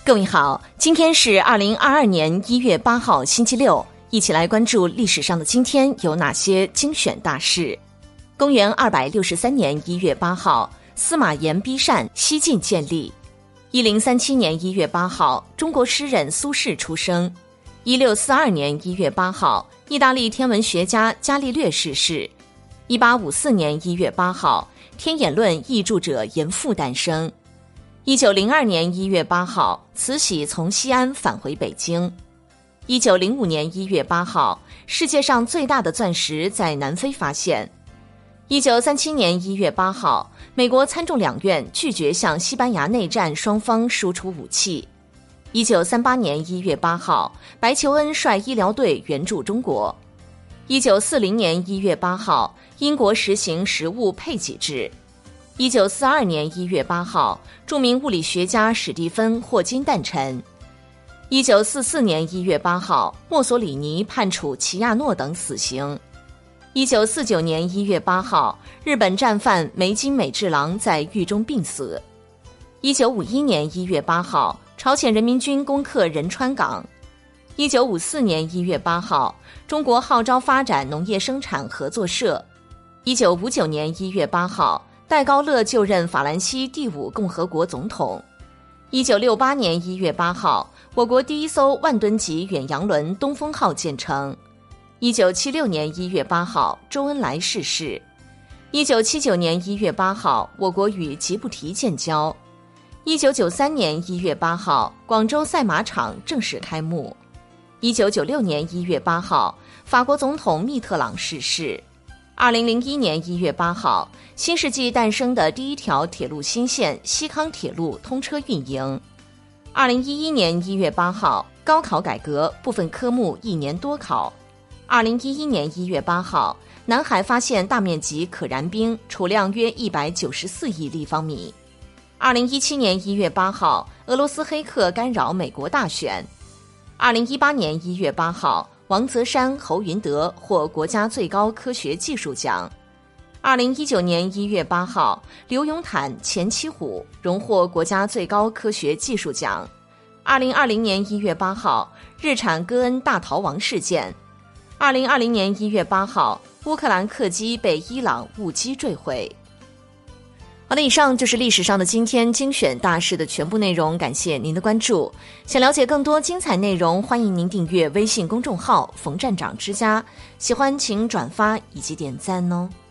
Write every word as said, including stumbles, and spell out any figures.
各位好，今天是二零二二年一月八号星期六，一起来关注历史上的今天有哪些精选大事。公元二百六十三年一月八号，司马炎逼善，西晋建立。一零三七年一月八号，中国诗人苏轼出生。一六四二年一月八号，意大利天文学家伽利略逝世。一八五四年一月八号，天演论译著者严复诞生。一九零二年一月八号，慈禧从西安返回北京。一九零五年一月八号，世界上最大的钻石在南非发现。一九三七年一月八号，美国参众两院拒绝向西班牙内战双方输出武器。一九三八年一月八号，白求恩率医疗队援助中国。一九四零年一月八号，英国实行食物配给制。一九四二年一月八号，著名物理学家史蒂芬·霍金诞辰。一九四四年一月八号，墨索里尼判处齐亚诺等死刑。一九四九年一月八号，日本战犯梅津美治郎在狱中病死。一九五一年一月八号，朝鲜人民军攻克仁川港。一九五四年一月八号，中国号召发展农业生产合作社。一九五九年一月八号，戴高乐就任法兰西第五共和国总统。一九六八年一月八号，我国第一艘万吨级远洋轮东风号建成。一九七六年一月八号，周恩来逝世。一九七九年一月八号，我国与吉布提建交。一九九三年一月八号，广州赛马场正式开幕。一九九六年一月八号，法国总统密特朗逝世。二零零一年一月八号，新世纪诞生的第一条铁路新线西康铁路通车运营。二零一一年一月八号，高考改革，部分科目一年多考。二零一一年一月八号，南海发现大面积可燃冰，储量约一百九十四亿立方米。二零一七年一月八号，俄罗斯黑客干扰美国大选。二零一八年一月八号，王泽山、侯云德获国家最高科学技术奖。二零一九年一月八号，刘永坦、钱七虎荣获国家最高科学技术奖。二零二零年一月八号，日产戈恩大逃亡事件。二零二零年一月八号，乌克兰客机被伊朗误击坠毁。好的，以上就是历史上的今天精选大事的全部内容，感谢您的关注。想了解更多精彩内容，欢迎您订阅微信公众号冯站长之家，喜欢请转发以及点赞哦。